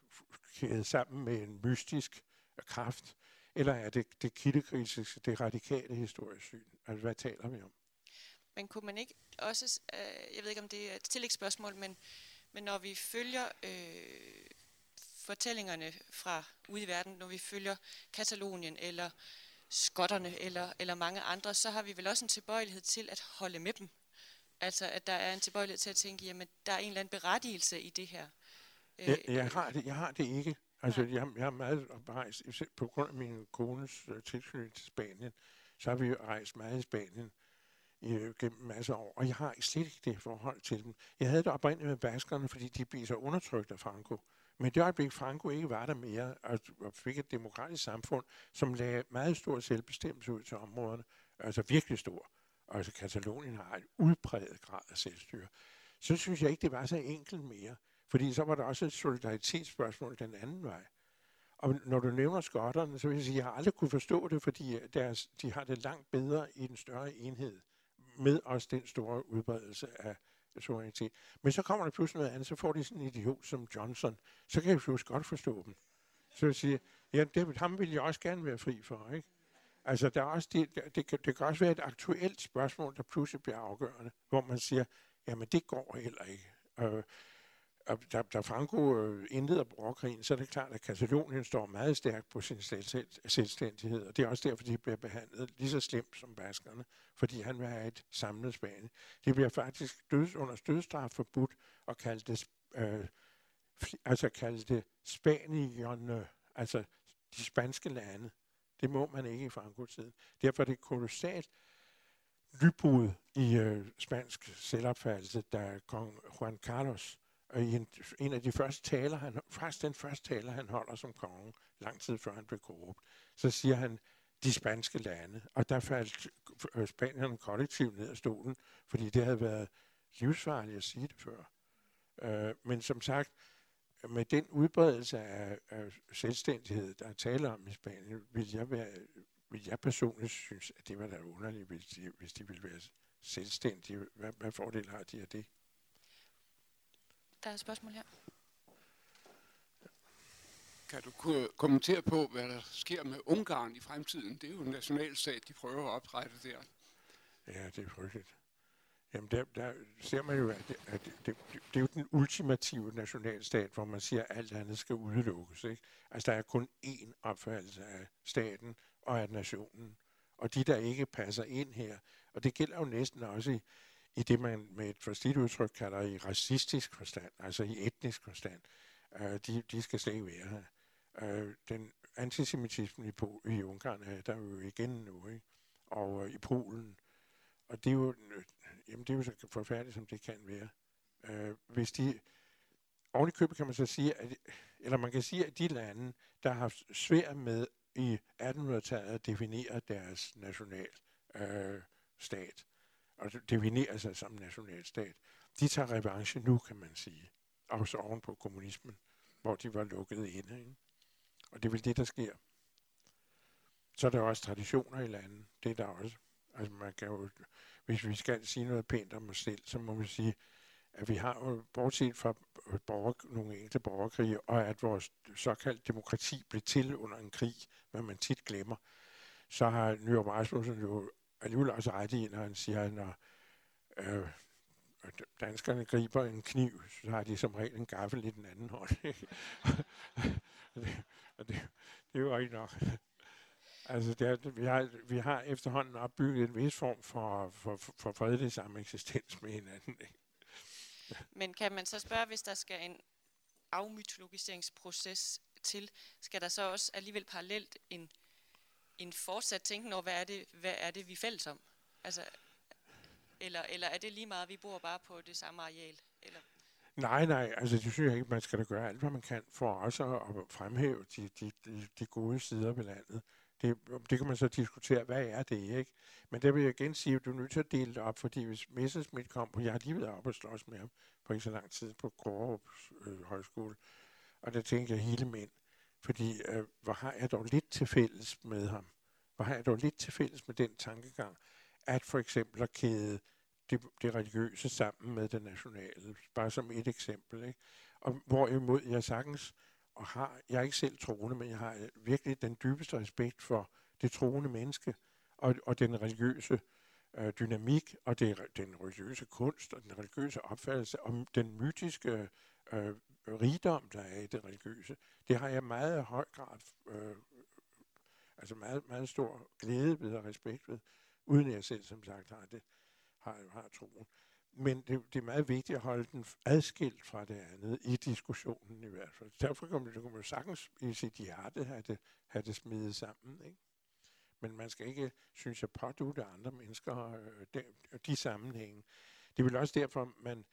kædet sammen med en mystisk kraft, eller er det det kildekritiske, det radikale historiesyn? Altså, hvad taler vi om? Men kunne man ikke også, øh, jeg ved ikke om det er et tillægsspørgsmål, men, men når vi følger øh, fortællingerne fra ude i verden, når vi følger Katalonien eller skotterne eller, eller mange andre, så har vi vel også en tilbøjelighed til at holde med dem. Altså, at der er en tilbøjelighed til at tænke, jamen, der er en eller anden berettigelse i det her. Jeg, jeg, har, det, jeg har det ikke. Altså, jeg, jeg har meget rejst, på grund af min kones uh, tilknytning til Spanien, så har vi jo rejst meget i Spanien i, gennem masser af år, og jeg har slet ikke det forhold til dem. Jeg havde det oprindeligt med baskerne, fordi de blev så undertrykt af Franco. Men det øjeblik, Franco ikke var der mere, og fik et demokratisk samfund, som lagde meget stor selvbestemmelse ud til områderne, altså virkelig stor, altså Katalonien har en udpræget grad af selvstyre, så synes jeg ikke, det var så enkelt mere. Fordi så var der også et solidaritetsspørgsmål den anden vej. Og når du nævner skotterne, så vil jeg sige, at jeg har aldrig kunne forstå det, fordi deres, de har det langt bedre i den større enhed, med også den store udbredelse af suverænitet. Men så kommer der pludselig noget andet, så får de sådan en idiot som Johnson. Så kan jeg jo godt forstå dem. Så jeg siger, ja, det, ham vil jeg også gerne være fri for, ikke? Altså, der er også det, det, det, kan, det kan også være et aktuelt spørgsmål, der pludselig bliver afgørende, hvor man siger, jamen det går heller ikke. Øh, Da, da Franco øh, indleder borgerkrigen, så er det klart, at Katalonien står meget stærkt på sin selv, selvstændighed, og det er også derfor, de bliver behandlet lige så slemt som baskerne, fordi han vil have et samlet Spanien. De bliver faktisk døds, under dødsstraf forbudt og kalde det, øh, altså kalde det Spanierne, altså de spanske lande. Det må man ikke i Franco-tiden. Derfor er det kolossalt nybrud i øh, spansk selvopfattelse, da kong Juan Carlos og i en, en af de første taler, han, faktisk den første taler, han holder som konge, lang tid før han blev korrupt, så siger han, de spanske lande. Og der faldt øh, spanierne kollektivt ned af stolen, fordi det havde været livsfarligt at sige det før. Øh, men som sagt, med den udbredelse af, af selvstændighed, der er tale om i Spanien, vil jeg, være, vil jeg personligt synes, at det var da underligt, hvis de, hvis de ville være selvstændige. Hvad, hvad fordel har de af det? Der er et spørgsmål her. Kan du kommentere på, hvad der sker med Ungarn i fremtiden? Det er jo en nationalstat, de prøver at oprette der. Ja, det er frygteligt. Jamen, der, der ser man jo, at, det, at det, det, det er jo den ultimative nationalstat, hvor man siger, at alt andet skal udelukkes. Ikke? Altså, der er kun én opfattelse af staten og af nationen. Og de, der ikke passer ind her, og det gælder jo næsten også i, i det, man med et forstået udtryk kalder i racistisk forstand, altså i etnisk forstand, øh, de, de skal slet ikke være her. Øh, den antisemitismen i, i Ungarn er der jo igen nu, ikke? Og øh, i Polen. Og det er jo, øh, jamen, det er jo så forfærdeligt, som det kan være. Øh, hvis de, oven i købet kan man så sige, at, eller man kan sige, at de lande, der har haft svært med i attenhundredetallet at definere deres national øh, stat, og definerer sig som nationalstat, de tager revanche nu, kan man sige. Også oven på kommunismen, hvor de var lukket inde. Ikke? Og det er vel det, der sker. Så er der også traditioner i landet. Det er der også. Altså man kan jo, hvis vi skal sige noget pænt om os selv, så må vi sige, at vi har jo, bortset fra borger, nogle enkelte borgerkrige, og at vores såkaldt demokrati blev til under en krig, hvad man tit glemmer, så har Nyrup Rasmussen jo alligevel også ret i, når han siger, at når, øh, danskerne griber en kniv, så har de som regel en gaffel i den anden hånd. og det, og det, det er jo ikke nok. Altså, det er, vi, har, vi har efterhånden opbygget en vis form for, for, for fredelig sameksistens med hinanden. Ikke? Men kan man så spørge, hvis der skal en afmytologiseringsproces til, skal der så også alligevel parallelt en, en fortsat tænken over, hvad er det, hvad er det vi er fælles om? Altså, eller, eller er det lige meget, vi bor bare på det samme areal? Eller? Nej, nej, altså det synes jeg ikke, man skal da gøre alt, hvad man kan for også at fremhæve de, de, de, de gode sider ved landet. Det, det kan man så diskutere, hvad er det, ikke? Men der vil jeg igen sige, at du er nødt til at dele det op, fordi hvis Messerschmidt kom, og jeg har lige været op og slås med ham på ikke så lang tid på Kårerup øh, Højskole, og der tænkte jeg hele mænd, fordi øh, hvor har jeg dog lidt til fælles med ham? Hvor har jeg dog lidt til fælles med den tankegang, at for eksempel at kæde det, det religiøse sammen med det nationale, bare som et eksempel, ikke? Og hvorimod jeg sagtens, og har, jeg er ikke selv troende, men jeg har virkelig den dybeste respekt for det troende menneske, og, og den religiøse øh, dynamik, og det, den religiøse kunst, og den religiøse opfattelse, og den mytiske øh, rigdom, der er i det religiøse. Det har jeg meget høj grad, øh, altså meget, meget stor glæde ved og respekt ved, uden jeg selv, som sagt, har det, har, har troen. Men det, det er meget vigtigt at holde den adskilt fra det andet, i diskussionen i hvert fald. Derfor kan man, kan man jo sagtens i sit hjerte have det, have det smidt sammen, ikke? Men man skal ikke, synes jeg, pådutte andre mennesker øh, de, de sammenhænge. Det er vel også derfor, man,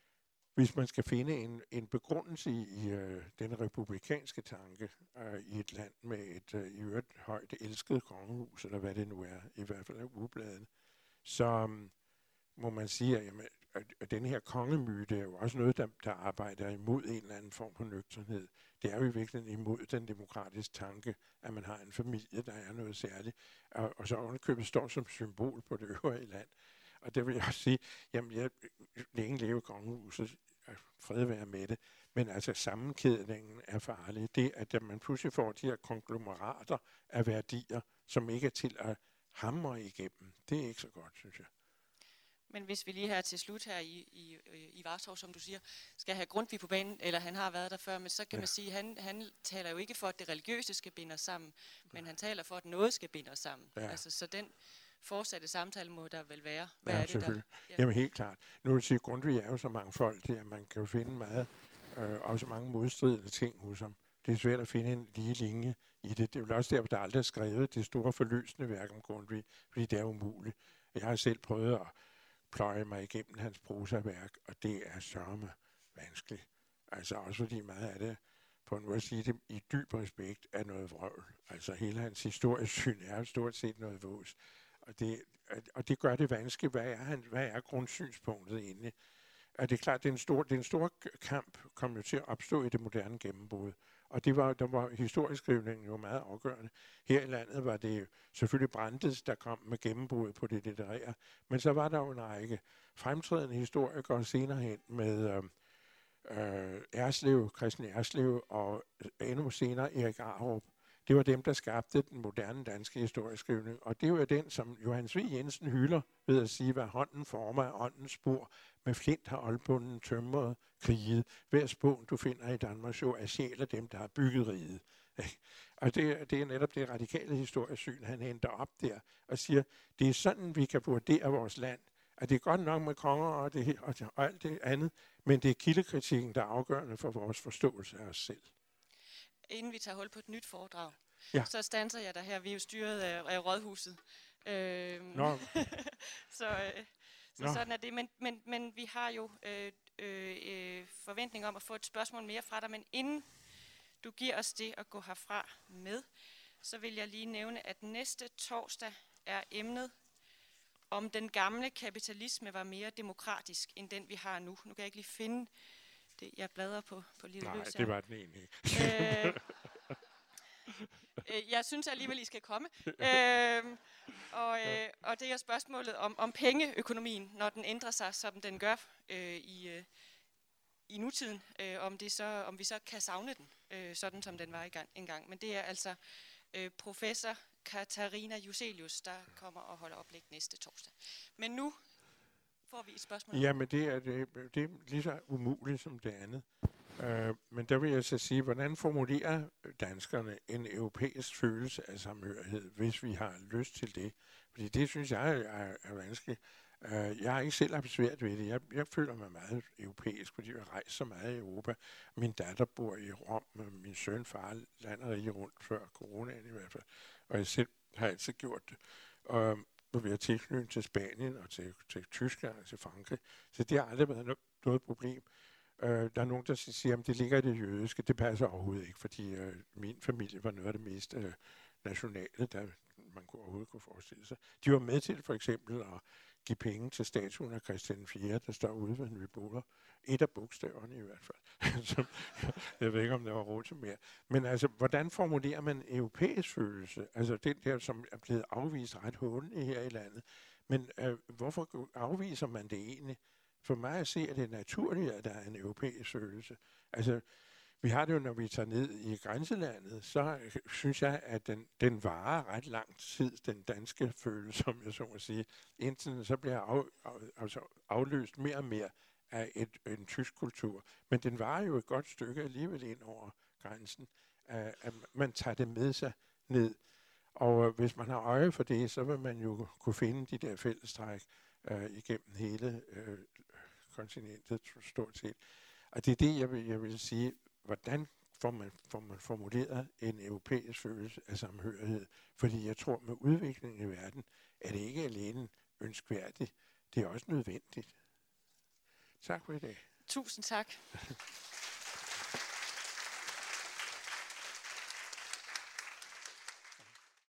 hvis man skal finde en, en begrundelse i, i øh, den republikanske tanke øh, i et land med et øh, i øvrigt højt elsket kongehus, eller hvad det nu er, i hvert fald af ugebladene, så um, må man sige, at, jamen, at den her kongemyte er jo også noget, der, der arbejder imod en eller anden form for nøgternhed. Det er jo i virkeligheden imod den demokratiske tanke, at man har en familie, der er noget særligt, og, og så ovenikøbet står som symbol på det øvrige land. Og det vil jeg også sige, jamen, jeg, længe leve kongehuset, fred være med det, men altså sammenkædningen er farlig. Det, at man pludselig får de her konglomerater af værdier, som ikke er til at hamre igennem, det er ikke så godt, synes jeg. Men hvis vi lige her til slut her i, i, i Vartov, som du siger, skal have Grundtvig på banen, eller han har været der før, men så kan ja. man sige, at han, han taler jo ikke for, at det religiøse skal binde os sammen, men han taler for, at noget skal binde os sammen. Ja. Altså, så den fortsatte samtale må der vel være. Hvad ja, er det, selvfølgelig. Der? Ja. Jamen helt klart. Nu vil jeg sige, at Grundtvig er jo så mange folk, at man kan jo finde meget, øh, også mange modstridende ting hos ham. Det er svært at finde en lige linje i det. Det er jo også derfor, der aldrig er skrevet det store forløsende værk om Grundtvig, fordi det er umuligt. Jeg har selv prøvet at pløje mig igennem hans prosaværk, og det er sørme vanskeligt. Altså også fordi meget af det, på en måde at sige det, i dyb respekt er noget vrøvl. Altså hele hans historiesyn er stort set noget vås. Og det, og det gør det vanskeligt. Hvad er, han, hvad er grundsynspunktet egentlig? Og det er klart, at den store, den store kamp kom jo til at opstå i det moderne gennembrud. Og det var, der var historieskrivningen jo meget afgørende. Her i landet var det selvfølgelig Brandes, der kom med gennembrud på det litterære. Men så var der jo en række fremtrædende historikere senere hen med øh, øh, Erslev, Christian Erslev og endnu senere Erik Arup. Det var dem, der skabte den moderne danske historieskrivning. Og det var den, som Johannes V. Jensen hylder ved at sige, hvad hånden former af åndens spor. Med flint har oldbunden tømret kriget. Hver spån, du finder i Danmark, jo er sjæl af dem, der har bygget riget. Og det, det er netop det radikale historiesyn, han henter op der og siger, det er sådan, vi kan vurdere vores land. At det er godt nok med konger og, det, og, og alt det andet, men det er kildekritikken, der er afgørende for vores forståelse af os selv. Inden vi tager hul på et nyt foredrag, ja. så standser jeg der her. Vi er jo styret af, af Rådhuset. Øhm, Nå. så øh, så Nå. sådan er det. Men, men, men vi har jo øh, øh, forventning om at få et spørgsmål mere fra dig. Men inden du giver os det at gå herfra med, så vil jeg lige nævne, at næste torsdag er emnet, om den gamle kapitalisme var mere demokratisk end den, vi har nu. Nu kan jeg ikke lige finde det. Jeg bladrer på, på livet løs. Nej, det var den egentlig ikke. øh, øh, jeg synes alligevel, I skal komme. øh, og, øh, og det er spørgsmålet om, om pengeøkonomien, når den ændrer sig, som den gør øh, i, øh, i nutiden. Øh, om, det så, om vi så kan savne den, øh, sådan som den var i gang, engang. Men det er altså øh, professor Katarina Juselius, der kommer og holder oplæg næste torsdag. Men nu får vi et spørgsmål. Jamen, det er, det, det er lige så umuligt som det andet. Uh, men der vil jeg så sige, hvordan formulerer danskerne en europæisk følelse af samhørighed, hvis vi har lyst til det? Fordi det synes jeg er, er vanskeligt. Uh, jeg har ikke selv haft svært ved det. Jeg, jeg føler mig meget europæisk, fordi jeg har rejst så meget i Europa. Min datter bor i Rom, og min søn far lander rigtig rundt før coronaen i hvert fald. Og jeg selv har altid gjort det. Og vi har tilknyttet til Spanien og til, til Tyskland og til Frankrig. Så det har aldrig været no- noget problem. Uh, der er nogen, der siger, at det ligger i det jødiske. Det passer overhovedet ikke, fordi uh, min familie var noget af det mest uh, nationale, der man kunne overhovedet kunne forestille sig. De var med til for eksempel at give penge til statuen af Christian den fjerde, der står ude ved Nyboder. Et af bogstaverne i hvert fald. Så, jeg ved ikke, om der var råd til mere. Men altså, hvordan formulerer man europæisk følelse? Altså den der, som er blevet afvist ret håndende her i landet. Men uh, hvorfor afviser man det egentlig? For mig at se, at det er naturligt, at der er en europæisk følelse. Altså, vi har det jo, når vi tager ned i grænselandet, så synes jeg, at den, den varer ret lang tid, den danske følelse, som jeg så må sige. Indtil så bliver af, af, altså afløst mere og mere af et, en tysk kultur. Men den varer jo et godt stykke alligevel ind over grænsen. At, at man tager det med sig ned. Og hvis man har øje for det, så vil man jo kunne finde de der fællestræk øh, igennem hele øh, kontinentet stort set. Og det er det, jeg vil, jeg vil sige, hvordan får man, får man formuleret en europæisk følelse af samhørighed? Fordi jeg tror, med udviklingen i verden, er det ikke alene ønskværdigt, det er også nødvendigt. Tak for i dag. Tusind tak.